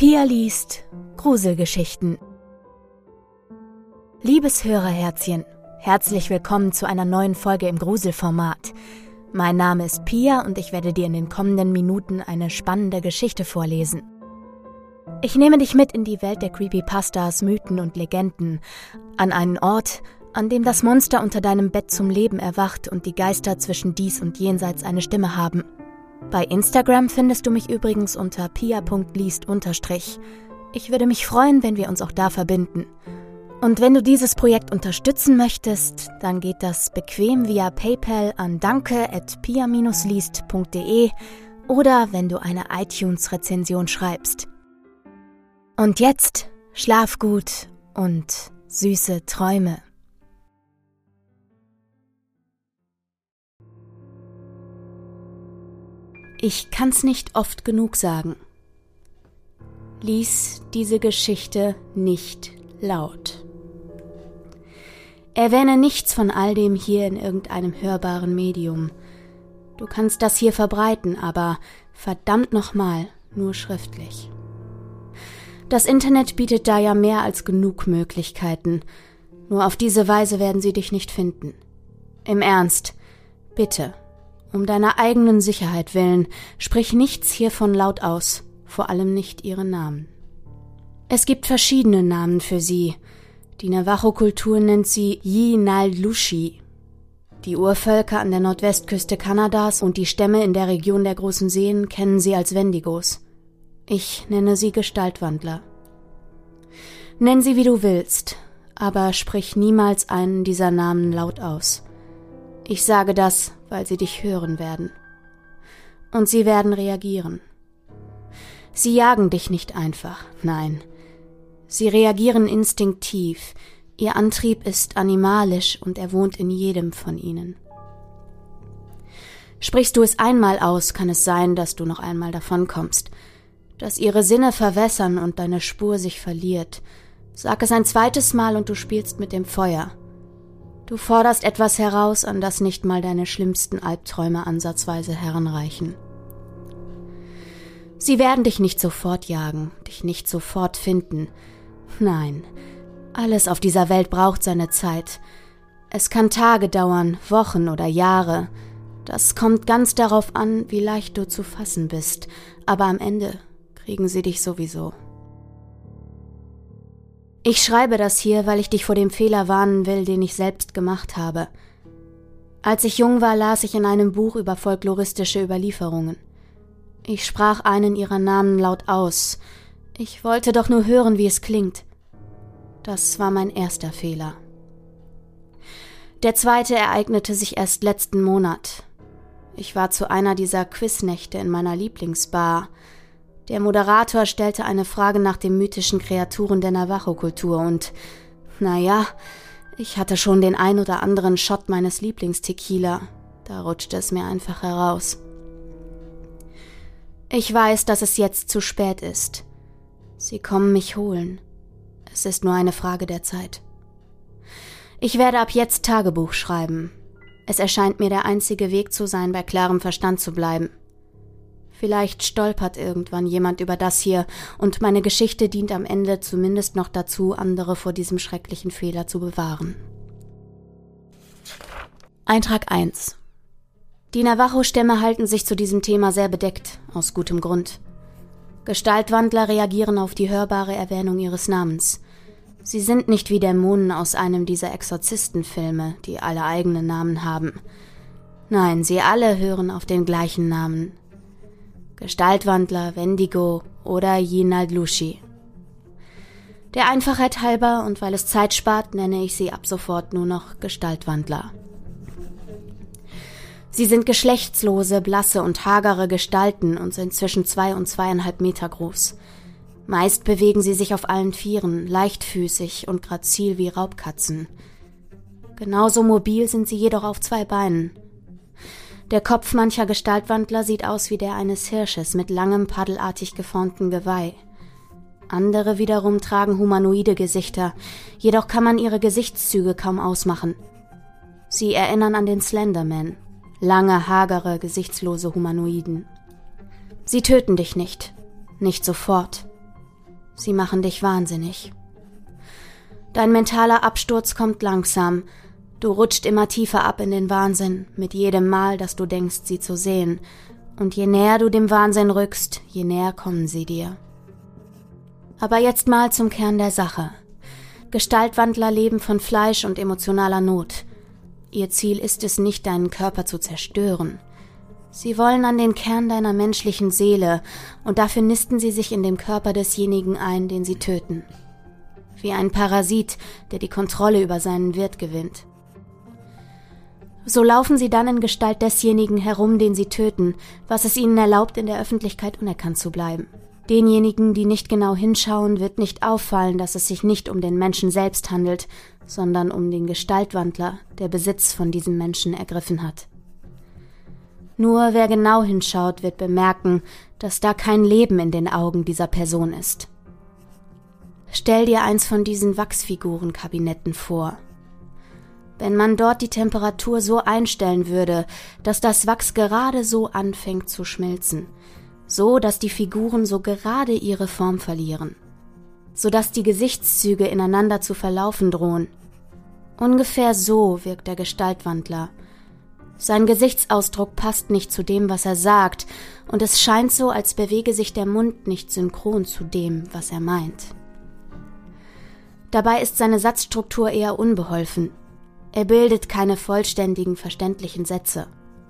Pia liest Gruselgeschichten. Liebes Hörerherzchen, herzlich willkommen zu einer neuen Folge im Gruselformat. Mein Name ist Pia und ich werde dir in den kommenden Minuten eine spannende Geschichte vorlesen. Ich nehme dich mit in die Welt der Creepypastas, Mythen und Legenden, an einen Ort, an dem das Monster unter deinem Bett zum Leben erwacht und die Geister zwischen dies und jenseits eine Stimme haben. Bei Instagram findest du mich übrigens unter pia.liest_. Ich würde mich freuen, wenn wir uns auch da verbinden. Und wenn du dieses Projekt unterstützen möchtest, dann geht das bequem via PayPal an danke@pia-liest.de oder wenn du eine iTunes-Rezension schreibst. Und jetzt schlaf gut und süße Träume. Ich kann's nicht oft genug sagen. Lies diese Geschichte nicht laut. Erwähne nichts von all dem hier in irgendeinem hörbaren Medium. Du kannst das hier verbreiten, aber verdammt nochmal nur schriftlich. Das Internet bietet da ja mehr als genug Möglichkeiten. Nur auf diese Weise werden sie dich nicht finden. Im Ernst, bitte, um deiner eigenen Sicherheit willen, sprich nichts hiervon laut aus, vor allem nicht ihre Namen. Es gibt verschiedene Namen für sie. Die Navajo-Kultur nennt sie Yi-Nal-Lushi. Die Urvölker an der Nordwestküste Kanadas und die Stämme in der Region der Großen Seen kennen sie als Wendigos. Ich nenne sie Gestaltwandler. Nenn sie wie du willst, aber sprich niemals einen dieser Namen laut aus. Ich sage das, weil sie dich hören werden. Und sie werden reagieren. Sie jagen dich nicht einfach, nein. Sie reagieren instinktiv. Ihr Antrieb ist animalisch und er wohnt in jedem von ihnen. Sprichst du es einmal aus, kann es sein, dass du noch einmal davonkommst, dass ihre Sinne verwässern und deine Spur sich verliert. Sag es ein zweites Mal und du spielst mit dem Feuer. Du forderst etwas heraus, an das nicht mal deine schlimmsten Albträume ansatzweise heranreichen. Sie werden dich nicht sofort jagen, dich nicht sofort finden. Nein, alles auf dieser Welt braucht seine Zeit. Es kann Tage dauern, Wochen oder Jahre. Das kommt ganz darauf an, wie leicht du zu fassen bist. Aber am Ende kriegen sie dich sowieso. Ich schreibe das hier, weil ich dich vor dem Fehler warnen will, den ich selbst gemacht habe. Als ich jung war, las ich in einem Buch über folkloristische Überlieferungen. Ich sprach einen ihrer Namen laut aus. Ich wollte doch nur hören, wie es klingt. Das war mein erster Fehler. Der zweite ereignete sich erst letzten Monat. Ich war zu einer dieser Quiznächte in meiner Lieblingsbar. Der Moderator stellte eine Frage nach den mythischen Kreaturen der Navajo-Kultur und, naja, ich hatte schon den ein oder anderen Shot meines Lieblingstequila. Da rutschte es mir einfach heraus. Ich weiß, dass es jetzt zu spät ist. Sie kommen mich holen. Es ist nur eine Frage der Zeit. Ich werde ab jetzt Tagebuch schreiben. Es erscheint mir der einzige Weg zu sein, bei klarem Verstand zu bleiben. Vielleicht stolpert irgendwann jemand über das hier und meine Geschichte dient am Ende zumindest noch dazu, andere vor diesem schrecklichen Fehler zu bewahren. Eintrag 1. Die Navajo-Stämme halten sich zu diesem Thema sehr bedeckt, aus gutem Grund. Gestaltwandler reagieren auf die hörbare Erwähnung ihres Namens. Sie sind nicht wie Dämonen aus einem dieser Exorzistenfilme, die alle eigene Namen haben. Nein, sie alle hören auf den gleichen Namen. Gestaltwandler, Wendigo oder Yi-Nal-Lushi. Der Einfachheit halber und weil es Zeit spart, nenne ich sie ab sofort nur noch Gestaltwandler. Sie sind geschlechtslose, blasse und hagere Gestalten und sind zwischen 2 und 2,5 Meter groß. Meist bewegen sie sich auf allen Vieren, leichtfüßig und grazil wie Raubkatzen. Genauso mobil sind sie jedoch auf 2 Beinen. Der Kopf mancher Gestaltwandler sieht aus wie der eines Hirsches mit langem, paddelartig geformtem Geweih. Andere wiederum tragen humanoide Gesichter, jedoch kann man ihre Gesichtszüge kaum ausmachen. Sie erinnern an den Slenderman, lange, hagere, gesichtslose Humanoiden. Sie töten dich nicht, nicht sofort. Sie machen dich wahnsinnig. Dein mentaler Absturz kommt langsam. Du rutscht immer tiefer ab in den Wahnsinn, mit jedem Mal, dass du denkst, sie zu sehen. Und je näher du dem Wahnsinn rückst, je näher kommen sie dir. Aber jetzt mal zum Kern der Sache. Gestaltwandler leben von Fleisch und emotionaler Not. Ihr Ziel ist es nicht, deinen Körper zu zerstören. Sie wollen an den Kern deiner menschlichen Seele und dafür nisten sie sich in dem Körper desjenigen ein, den sie töten. Wie ein Parasit, der die Kontrolle über seinen Wirt gewinnt. So laufen sie dann in Gestalt desjenigen herum, den sie töten, was es ihnen erlaubt, in der Öffentlichkeit unerkannt zu bleiben. Denjenigen, die nicht genau hinschauen, wird nicht auffallen, dass es sich nicht um den Menschen selbst handelt, sondern um den Gestaltwandler, der Besitz von diesem Menschen ergriffen hat. Nur wer genau hinschaut, wird bemerken, dass da kein Leben in den Augen dieser Person ist. Stell dir eins von diesen Wachsfigurenkabinetten vor. Wenn man dort die Temperatur so einstellen würde, dass das Wachs gerade so anfängt zu schmilzen, so dass die Figuren so gerade ihre Form verlieren, so dass die Gesichtszüge ineinander zu verlaufen drohen. Ungefähr so wirkt der Gestaltwandler. Sein Gesichtsausdruck passt nicht zu dem, was er sagt, und es scheint so, als bewege sich der Mund nicht synchron zu dem, was er meint. Dabei ist seine Satzstruktur eher unbeholfen. Er bildet keine vollständigen, verständlichen Sätze.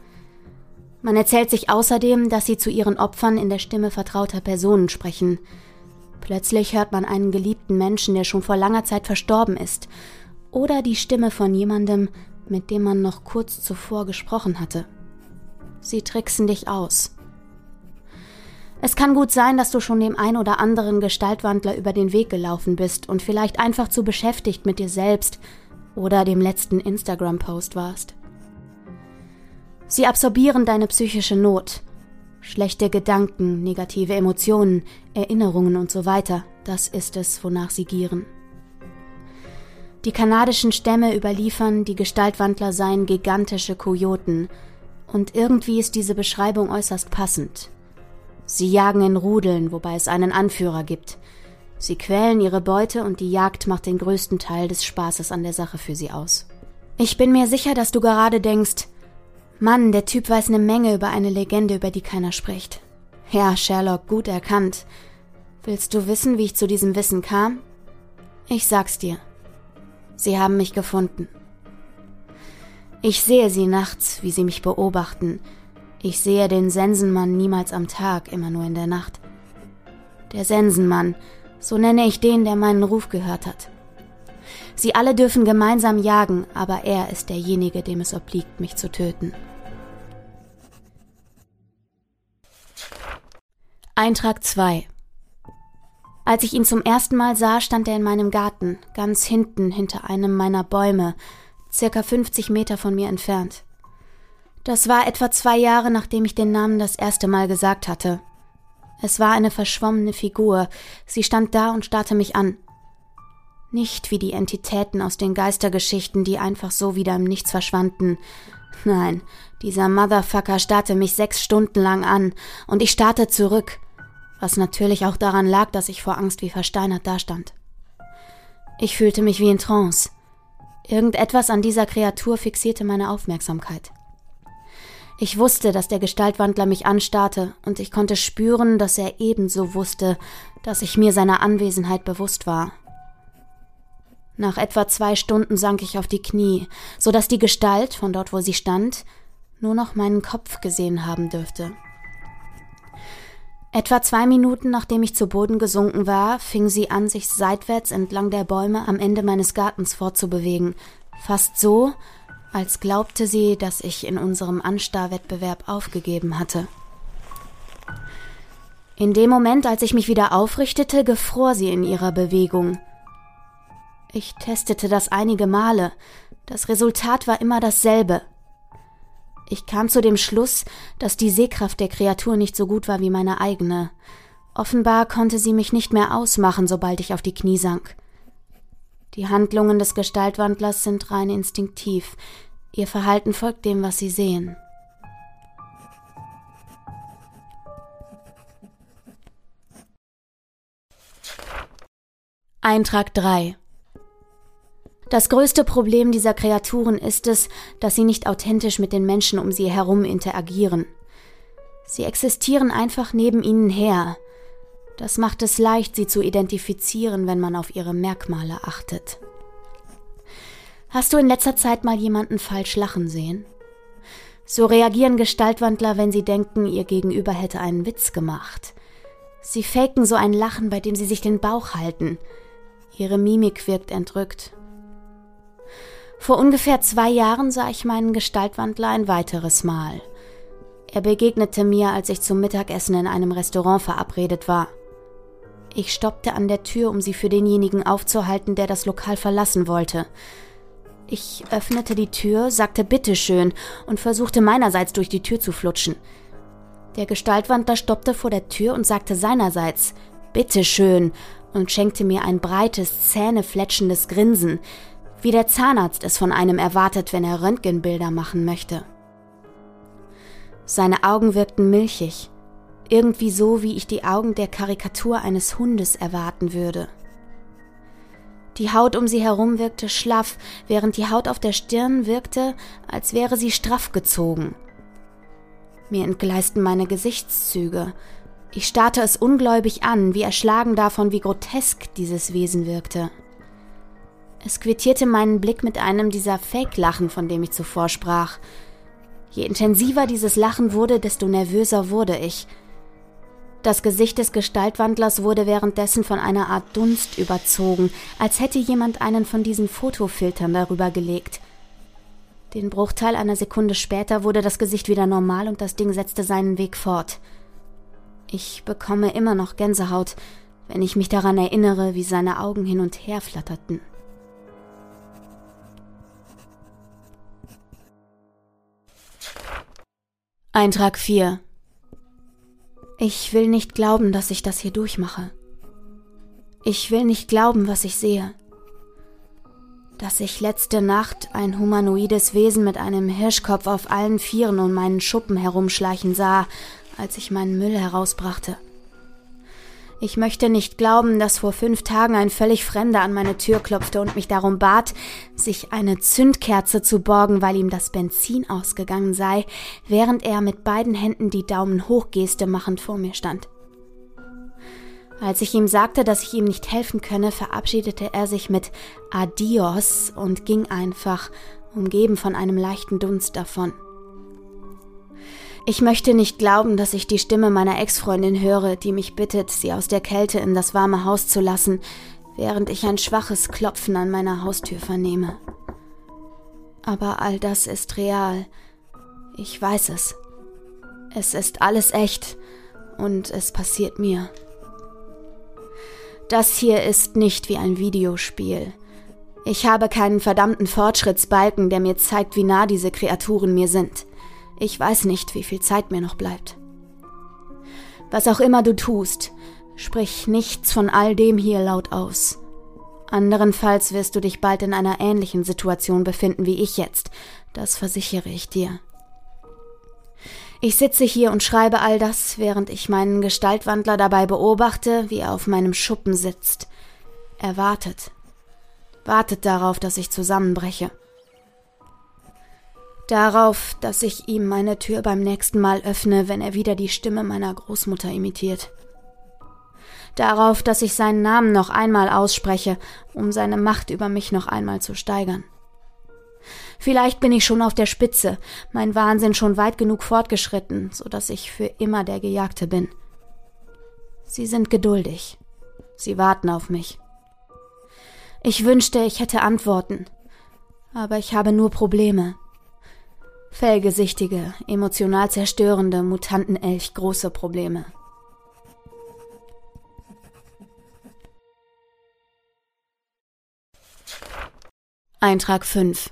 Man erzählt sich außerdem, dass sie zu ihren Opfern in der Stimme vertrauter Personen sprechen. Plötzlich hört man einen geliebten Menschen, der schon vor langer Zeit verstorben ist, oder die Stimme von jemandem, mit dem man noch kurz zuvor gesprochen hatte. Sie tricksen dich aus. Es kann gut sein, dass du schon dem ein oder anderen Gestaltwandler über den Weg gelaufen bist und vielleicht einfach zu beschäftigt mit dir selbst oder dem letzten Instagram-Post warst. Sie absorbieren deine psychische Not. Schlechte Gedanken, negative Emotionen, Erinnerungen und so weiter, das ist es, wonach sie gieren. Die kanadischen Stämme überliefern, die Gestaltwandler seien gigantische Kojoten, und irgendwie ist diese Beschreibung äußerst passend. Sie jagen in Rudeln, wobei es einen Anführer gibt. Sie quälen ihre Beute und die Jagd macht den größten Teil des Spaßes an der Sache für sie aus. Ich bin mir sicher, dass du gerade denkst, Mann, der Typ weiß eine Menge über eine Legende, über die keiner spricht. Ja, Sherlock, gut erkannt. Willst du wissen, wie ich zu diesem Wissen kam? Ich sag's dir. Sie haben mich gefunden. Ich sehe sie nachts, wie sie mich beobachten. Ich sehe den Sensenmann niemals am Tag, immer nur in der Nacht. Der Sensenmann, so nenne ich den, der meinen Ruf gehört hat. Sie alle dürfen gemeinsam jagen, aber er ist derjenige, dem es obliegt, mich zu töten. Eintrag 2. Als ich ihn zum ersten Mal sah, stand er in meinem Garten, ganz hinten hinter einem meiner Bäume, circa 50 Meter von mir entfernt. Das war etwa 2 Jahre, nachdem ich den Namen das erste Mal gesagt hatte. Es war eine verschwommene Figur, sie stand da und starrte mich an. Nicht wie die Entitäten aus den Geistergeschichten, die einfach so wieder im Nichts verschwanden. Nein, dieser Motherfucker starrte mich 6 Stunden lang an und ich starrte zurück, was natürlich auch daran lag, dass ich vor Angst wie versteinert dastand. Ich fühlte mich wie in Trance. Irgendetwas an dieser Kreatur fixierte meine Aufmerksamkeit. Ich wusste, dass der Gestaltwandler mich anstarrte und ich konnte spüren, dass er ebenso wusste, dass ich mir seiner Anwesenheit bewusst war. Nach etwa 2 Stunden sank ich auf die Knie, so dass die Gestalt, von dort wo sie stand, nur noch meinen Kopf gesehen haben dürfte. Etwa 2 Minuten, nachdem ich zu Boden gesunken war, fing sie an, sich seitwärts entlang der Bäume am Ende meines Gartens fortzubewegen, fast so, als glaubte sie, dass ich in unserem Anstarrwettbewerb aufgegeben hatte. In dem Moment, als ich mich wieder aufrichtete, gefror sie in ihrer Bewegung. Ich testete das einige Male. Das Resultat war immer dasselbe. Ich kam zu dem Schluss, dass die Sehkraft der Kreatur nicht so gut war wie meine eigene. Offenbar konnte sie mich nicht mehr ausmachen, sobald ich auf die Knie sank. Die Handlungen des Gestaltwandlers sind rein instinktiv. Ihr Verhalten folgt dem, was sie sehen. Eintrag 3. Das größte Problem dieser Kreaturen ist es, dass sie nicht authentisch mit den Menschen um sie herum interagieren. Sie existieren einfach neben ihnen her. Das macht es leicht, sie zu identifizieren, wenn man auf ihre Merkmale achtet. Hast du in letzter Zeit mal jemanden falsch lachen sehen? So reagieren Gestaltwandler, wenn sie denken, ihr Gegenüber hätte einen Witz gemacht. Sie faken so ein Lachen, bei dem sie sich den Bauch halten. Ihre Mimik wirkt entrückt. Vor ungefähr 2 Jahren sah ich meinen Gestaltwandler ein weiteres Mal. Er begegnete mir, als ich zum Mittagessen in einem Restaurant verabredet war. Ich stoppte an der Tür, um sie für denjenigen aufzuhalten, der das Lokal verlassen wollte. Ich öffnete die Tür, sagte Bitteschön und versuchte meinerseits durch die Tür zu flutschen. Der Gestaltwandler stoppte vor der Tür und sagte seinerseits Bitteschön und schenkte mir ein breites, zähnefletschendes Grinsen, wie der Zahnarzt es von einem erwartet, wenn er Röntgenbilder machen möchte. Seine Augen wirkten milchig, irgendwie so, wie ich die Augen der Karikatur eines Hundes erwarten würde. Die Haut um sie herum wirkte schlaff, während die Haut auf der Stirn wirkte, als wäre sie straff gezogen. Mir entgleisten meine Gesichtszüge. Ich starrte es ungläubig an, wie erschlagen davon, wie grotesk dieses Wesen wirkte. Es quittierte meinen Blick mit einem dieser Fake-Lachen, von dem ich zuvor sprach. Je intensiver dieses Lachen wurde, desto nervöser wurde ich. Das Gesicht des Gestaltwandlers wurde währenddessen von einer Art Dunst überzogen, als hätte jemand einen von diesen Fotofiltern darüber gelegt. Den Bruchteil einer Sekunde später wurde das Gesicht wieder normal und das Ding setzte seinen Weg fort. Ich bekomme immer noch Gänsehaut, wenn ich mich daran erinnere, wie seine Augen hin und her flatterten. Eintrag 4. Ich will nicht glauben, dass ich das hier durchmache. Ich will nicht glauben, was ich sehe. Dass ich letzte Nacht ein humanoides Wesen mit einem Hirschkopf auf allen Vieren um meinen Schuppen herumschleichen sah, als ich meinen Müll herausbrachte. Ich möchte nicht glauben, dass vor 5 Tagen ein völlig Fremder an meine Tür klopfte und mich darum bat, sich eine Zündkerze zu borgen, weil ihm das Benzin ausgegangen sei, während er mit beiden Händen die Daumen-hoch-Geste machend vor mir stand. Als ich ihm sagte, dass ich ihm nicht helfen könne, verabschiedete er sich mit Adios und ging einfach, umgeben von einem leichten Dunst davon. Ich möchte nicht glauben, dass ich die Stimme meiner Ex-Freundin höre, die mich bittet, sie aus der Kälte in das warme Haus zu lassen, während ich ein schwaches Klopfen an meiner Haustür vernehme. Aber all das ist real. Ich weiß es. Es ist alles echt und es passiert mir. Das hier ist nicht wie ein Videospiel. Ich habe keinen verdammten Fortschrittsbalken, der mir zeigt, wie nah diese Kreaturen mir sind. Ich weiß nicht, wie viel Zeit mir noch bleibt. Was auch immer du tust, sprich nichts von all dem hier laut aus. Anderenfalls wirst du dich bald in einer ähnlichen Situation befinden wie ich jetzt. Das versichere ich dir. Ich sitze hier und schreibe all das, während ich meinen Gestaltwandler dabei beobachte, wie er auf meinem Schuppen sitzt. Er wartet darauf, dass ich zusammenbreche. Darauf, dass ich ihm meine Tür beim nächsten Mal öffne, wenn er wieder die Stimme meiner Großmutter imitiert. Darauf, dass ich seinen Namen noch einmal ausspreche, um seine Macht über mich noch einmal zu steigern. Vielleicht bin ich schon auf der Spitze, mein Wahnsinn schon weit genug fortgeschritten, so dass ich für immer der Gejagte bin. Sie sind geduldig. Sie warten auf mich. Ich wünschte, ich hätte Antworten, aber ich habe nur Probleme. Fellgesichtige, emotional zerstörende, Mutantenelch große Probleme. Eintrag 5.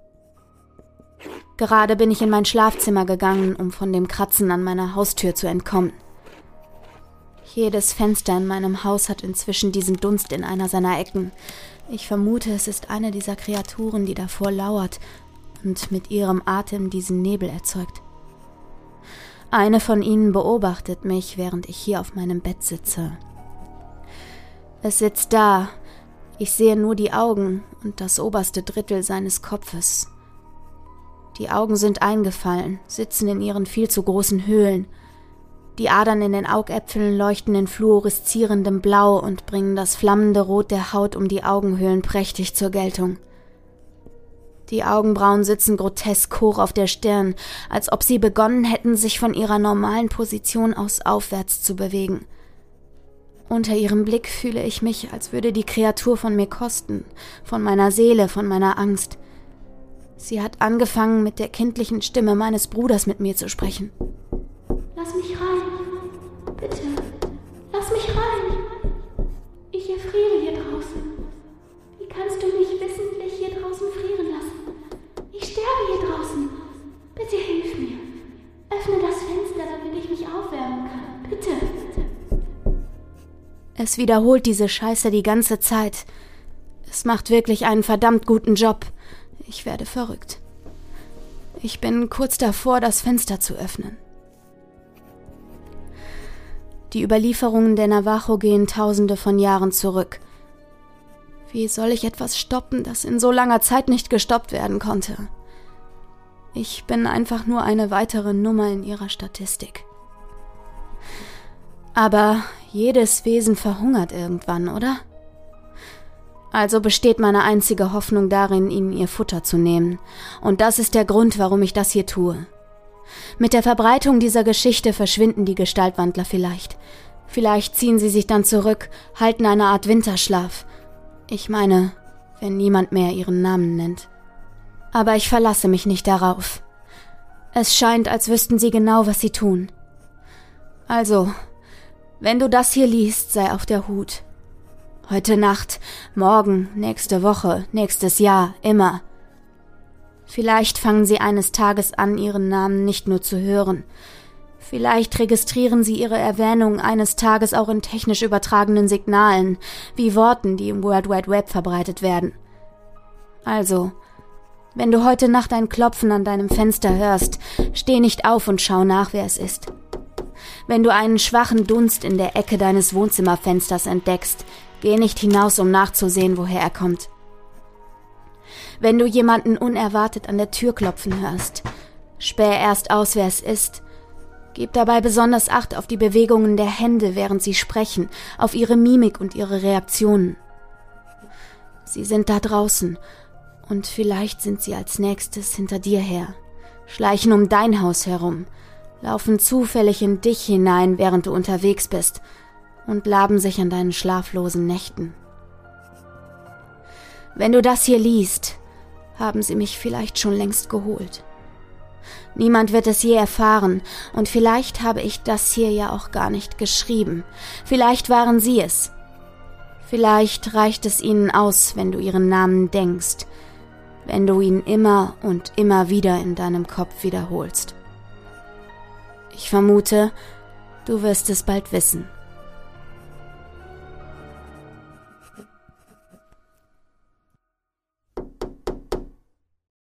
Gerade bin ich in mein Schlafzimmer gegangen, um von dem Kratzen an meiner Haustür zu entkommen. Jedes Fenster in meinem Haus hat inzwischen diesen Dunst in einer seiner Ecken. Ich vermute, es ist eine dieser Kreaturen, die davor lauert und mit ihrem Atem diesen Nebel erzeugt. Eine von ihnen beobachtet mich, während ich hier auf meinem Bett sitze. Es sitzt da, Ich sehe nur die Augen und das oberste Drittel seines Kopfes. Die Augen sind eingefallen, sitzen in ihren viel zu großen Höhlen. Die Adern in den Augäpfeln leuchten in fluoreszierendem Blau und bringen das flammende Rot der Haut um die Augenhöhlen prächtig zur Geltung. Die Augenbrauen sitzen grotesk hoch auf der Stirn, als ob sie begonnen hätten, sich von ihrer normalen Position aus aufwärts zu bewegen. Unter ihrem Blick fühle ich mich, als würde die Kreatur von mir kosten, von meiner Seele, von meiner Angst. Sie hat angefangen, mit der kindlichen Stimme meines Bruders mit mir zu sprechen. Lass mich rein. Bitte. Lass mich rein. Ich erfriere hier draußen. Wie kannst du mich wissentlich hier draußen frieren lassen? Ich sterbe hier draußen. Bitte hilf mir. Öffne das Fenster, damit ich mich aufwärmen kann. Bitte. Es wiederholt diese Scheiße die ganze Zeit. Es macht wirklich einen verdammt guten Job. Ich werde verrückt. Ich bin kurz davor, das Fenster zu öffnen. Die Überlieferungen der Navajo gehen Tausende von Jahren zurück. Wie soll ich etwas stoppen, das in so langer Zeit nicht gestoppt werden konnte? Ich bin einfach nur eine weitere Nummer in ihrer Statistik. Aber jedes Wesen verhungert irgendwann, oder? Also besteht meine einzige Hoffnung darin, ihnen ihr Futter zu nehmen. Und das ist der Grund, warum ich das hier tue. Mit der Verbreitung dieser Geschichte verschwinden die Gestaltwandler vielleicht. Vielleicht ziehen sie sich dann zurück, halten eine Art Winterschlaf. Ich meine, wenn niemand mehr ihren Namen nennt. Aber ich verlasse mich nicht darauf. Es scheint, als wüssten sie genau, was sie tun. Also, wenn du das hier liest, sei auf der Hut. Heute Nacht, morgen, nächste Woche, nächstes Jahr, immer. Vielleicht fangen sie eines Tages an, ihren Namen nicht nur zu hören. Vielleicht registrieren sie ihre Erwähnung eines Tages auch in technisch übertragenen Signalen, wie Worten, die im World Wide Web verbreitet werden. Also, wenn du heute Nacht ein Klopfen an deinem Fenster hörst, steh nicht auf und schau nach, wer es ist. Wenn du einen schwachen Dunst in der Ecke deines Wohnzimmerfensters entdeckst, geh nicht hinaus, um nachzusehen, woher er kommt. Wenn du jemanden unerwartet an der Tür klopfen hörst, späh erst aus, wer es ist. Gib dabei besonders Acht auf die Bewegungen der Hände, während sie sprechen, auf ihre Mimik und ihre Reaktionen. Sie sind da draußen, und vielleicht sind sie als nächstes hinter dir her, schleichen um dein Haus herum, laufen zufällig in dich hinein, während du unterwegs bist, und laben sich an deinen schlaflosen Nächten. Wenn du das hier liest, haben sie mich vielleicht schon längst geholt. Niemand wird es je erfahren, und vielleicht habe ich das hier ja auch gar nicht geschrieben. Vielleicht waren sie es. Vielleicht reicht es ihnen aus, wenn du ihren Namen denkst, wenn du ihn immer und immer wieder in deinem Kopf wiederholst. Ich vermute, du wirst es bald wissen.